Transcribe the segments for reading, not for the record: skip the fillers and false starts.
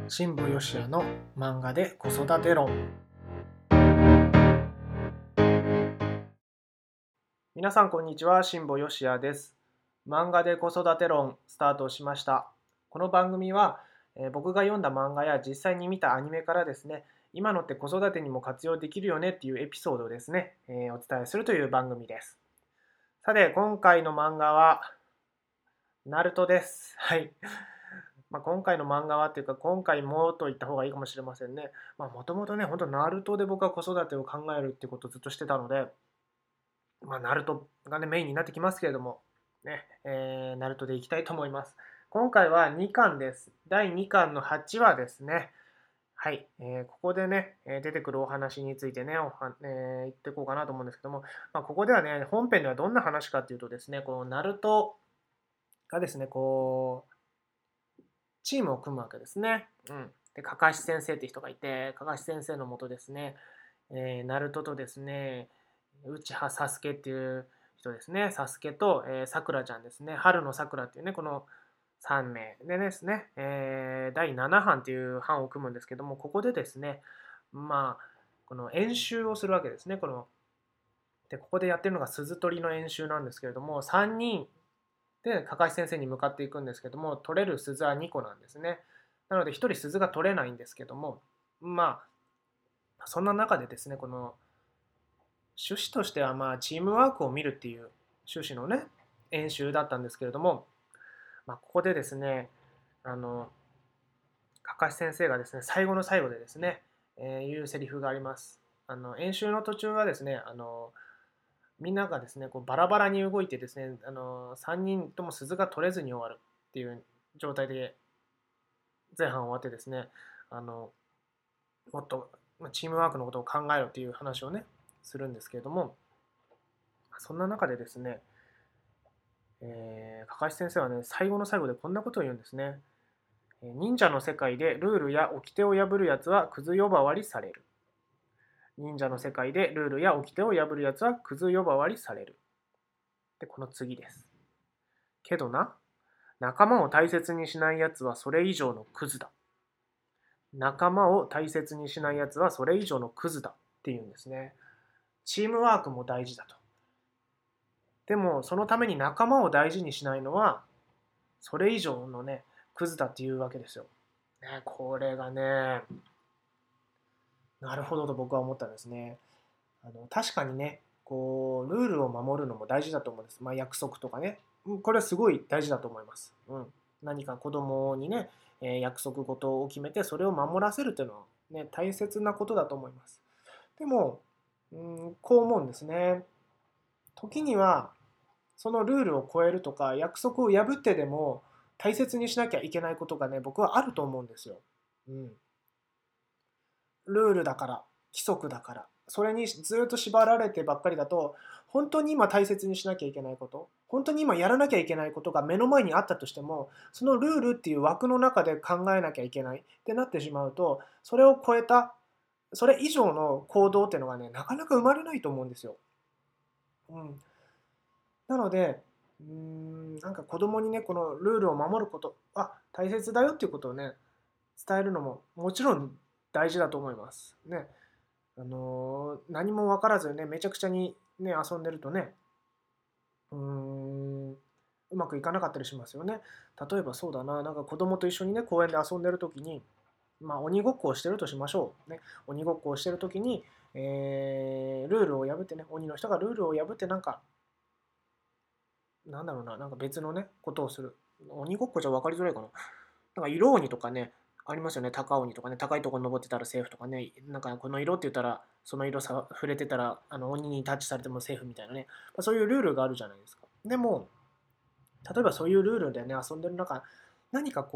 新保義也の漫画で子育て論。皆さんこんにちは、新保義也です。漫画で子育て論スタートしました。この番組は、僕が読んだ漫画や実際に見たアニメからですね、今のって子育てにも活用できるよねっていうエピソードをですね、お伝えするという番組です。さて、今回の漫画はナルトです。はい。今回の漫画はというか、今回もと言った方がいいかもしれませんね。もともとね、本当ナルトで僕は子育てを考えるっていうことをずっとしてたので、ナルトがね、メインになってきますけれども、ね、ナルトでいきたいと思います。今回は2巻です。第2巻の8話ですね。はい、ここでね、出てくるお話についてね、言っていこうかなと思うんですけども、ここではね、本編ではどんな話かっていうとですね、このナルトがですね、チームを組むわけですね。で、かかし先生って人がいて、かかし先生のもとですね、ナルトとですね、内葉サスケっていう人ですね、サスケと、さくらちゃんですね、春のさくらっていうね、この3名でですね、第7班っていう班を組むんですけども、ここでですね、この演習をするわけですね。ここでやってるのが鈴取りの演習なんですけれども、3人で、かかし先生に向かっていくんですけども、取れる鈴は2個なんですね。なので、1人鈴が取れないんですけども、そんな中でですね、この趣旨としては、チームワークを見るっていう趣旨のね、演習だったんですけれども、ここでですね、かかし先生がですね、最後の最後でですね、いうセリフがあります。演習の途中はですね、みんながですね、バラバラに動いてですね、3人とも鈴が取れずに終わるっていう状態で前半終わってですね、もっとチームワークのことを考えろっていう話をね、するんですけれども、そんな中でですね、かかし先生はね、最後の最後でこんなことを言うんですね。忍者の世界でルールや掟を破るやつはクズ呼ばわりされる。忍者の世界でルールや掟を破るやつはクズ呼ばわりされる。で、この次です。けどな、仲間を大切にしないやつはそれ以上のクズだ。仲間を大切にしないやつはそれ以上のクズだっていうんですね。チームワークも大事だと。でも、そのために仲間を大事にしないのは、それ以上のね、クズだっていうわけですよ。ね、これがね、なるほどと僕は思ったんですね。確かにね、ルールを守るのも大事だと思うんです。約束とかね。これはすごい大事だと思います。何か子供にね、約束事を決めて、それを守らせるというのは、ね、大切なことだと思います。でも、こう思うんですね。時には、そのルールを超えるとか、約束を破ってでも大切にしなきゃいけないことがね、僕はあると思うんですよ。うん。ルールだから、規則だから、それにずっと縛られてばっかりだと、本当に今大切にしなきゃいけないこと、本当に今やらなきゃいけないことが目の前にあったとしても、そのルールっていう枠の中で考えなきゃいけないってなってしまうと、それを超えた、それ以上の行動っていうのがね、なかなか生まれないと思うんですよ。うん。なので、なんか子供にね、このルールを守ること、大切だよっていうことをね、伝えるのももちろん大事だと思います。ね。何も分からずね、めちゃくちゃにね、遊んでるとね、うーん、うまくいかなかったりしますよね。例えばそうだな、なんか子供と一緒にね、公園で遊んでる時に、鬼ごっこをしてるとしましょう。ね、鬼ごっこをしてる時に、ルールを破ってね、鬼の人がルールを破ってなんだろうな、なんか別のね、ことをする。鬼ごっこじゃ分かりづらいかな。なんか色鬼とかね、ありますよね。高鬼とかね、高いところ登ってたらセーフとかね、なんかこの色って言ったら、その色触れてたら、鬼にタッチされてもセーフみたいなね、そういうルールがあるじゃないですか。でも、例えばそういうルールでね、遊んでる中、何か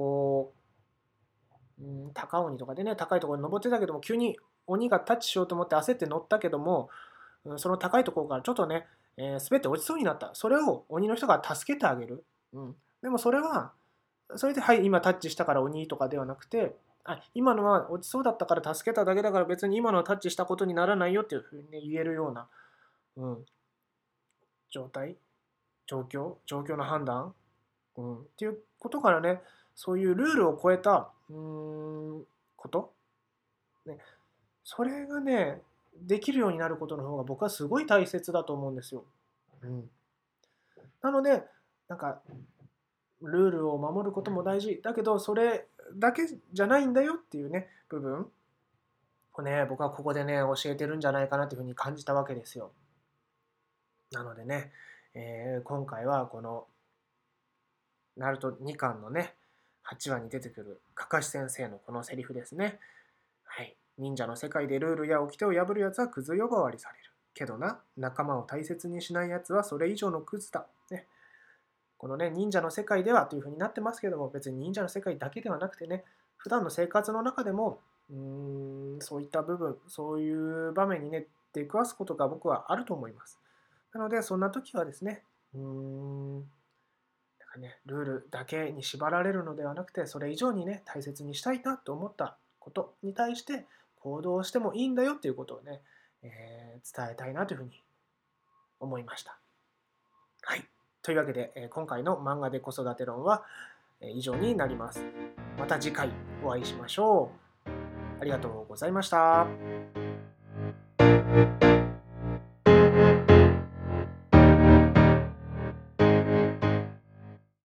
高鬼とかでね、高いところに登ってたけども、急に鬼がタッチしようと思って焦って乗ったけども、その高いところからちょっとね、滑って落ちそうになった。それを鬼の人が助けてあげる。でもそれは、それで、はい、今タッチしたから鬼とかではなくて、今のは落ちそうだったから助けただけだから別に今のはタッチしたことにならないよっていうふうに、ね、言えるような、うん、状態、状況の判断、っていうことからね、 そういうルールを超えたこと、ね、それがねできるようになることの方が僕はすごい大切だと思うんですよ。うん、なのでなんかルールを守ることも大事だけどそれだけじゃないんだよっていうね部分をね僕はここでね教えてるんじゃないかなというふうに感じたわけですよ。なのでね、今回はこのナルト2巻のね8話に出てくるかかし先生のこのセリフですね。はい。忍者の世界でルールや掟を破るやつはクズ呼ばわりされる。けどな、仲間を大切にしないやつはそれ以上のクズだ。ね。このね、忍者の世界ではというふうになってますけども、別に忍者の世界だけではなくてね、普段の生活の中でも、そういった部分、そういう場面にね、出くわすことが僕はあると思います。なので、そんな時はですね、なんかね、ルールだけに縛られるのではなくて、それ以上にね、大切にしたいなと思ったことに対して行動してもいいんだよっていうことをね、伝えたいなというふうに思いました。はい。というわけで、今回の漫画で子育て論は以上になります。また次回お会いしましょう。ありがとうございました。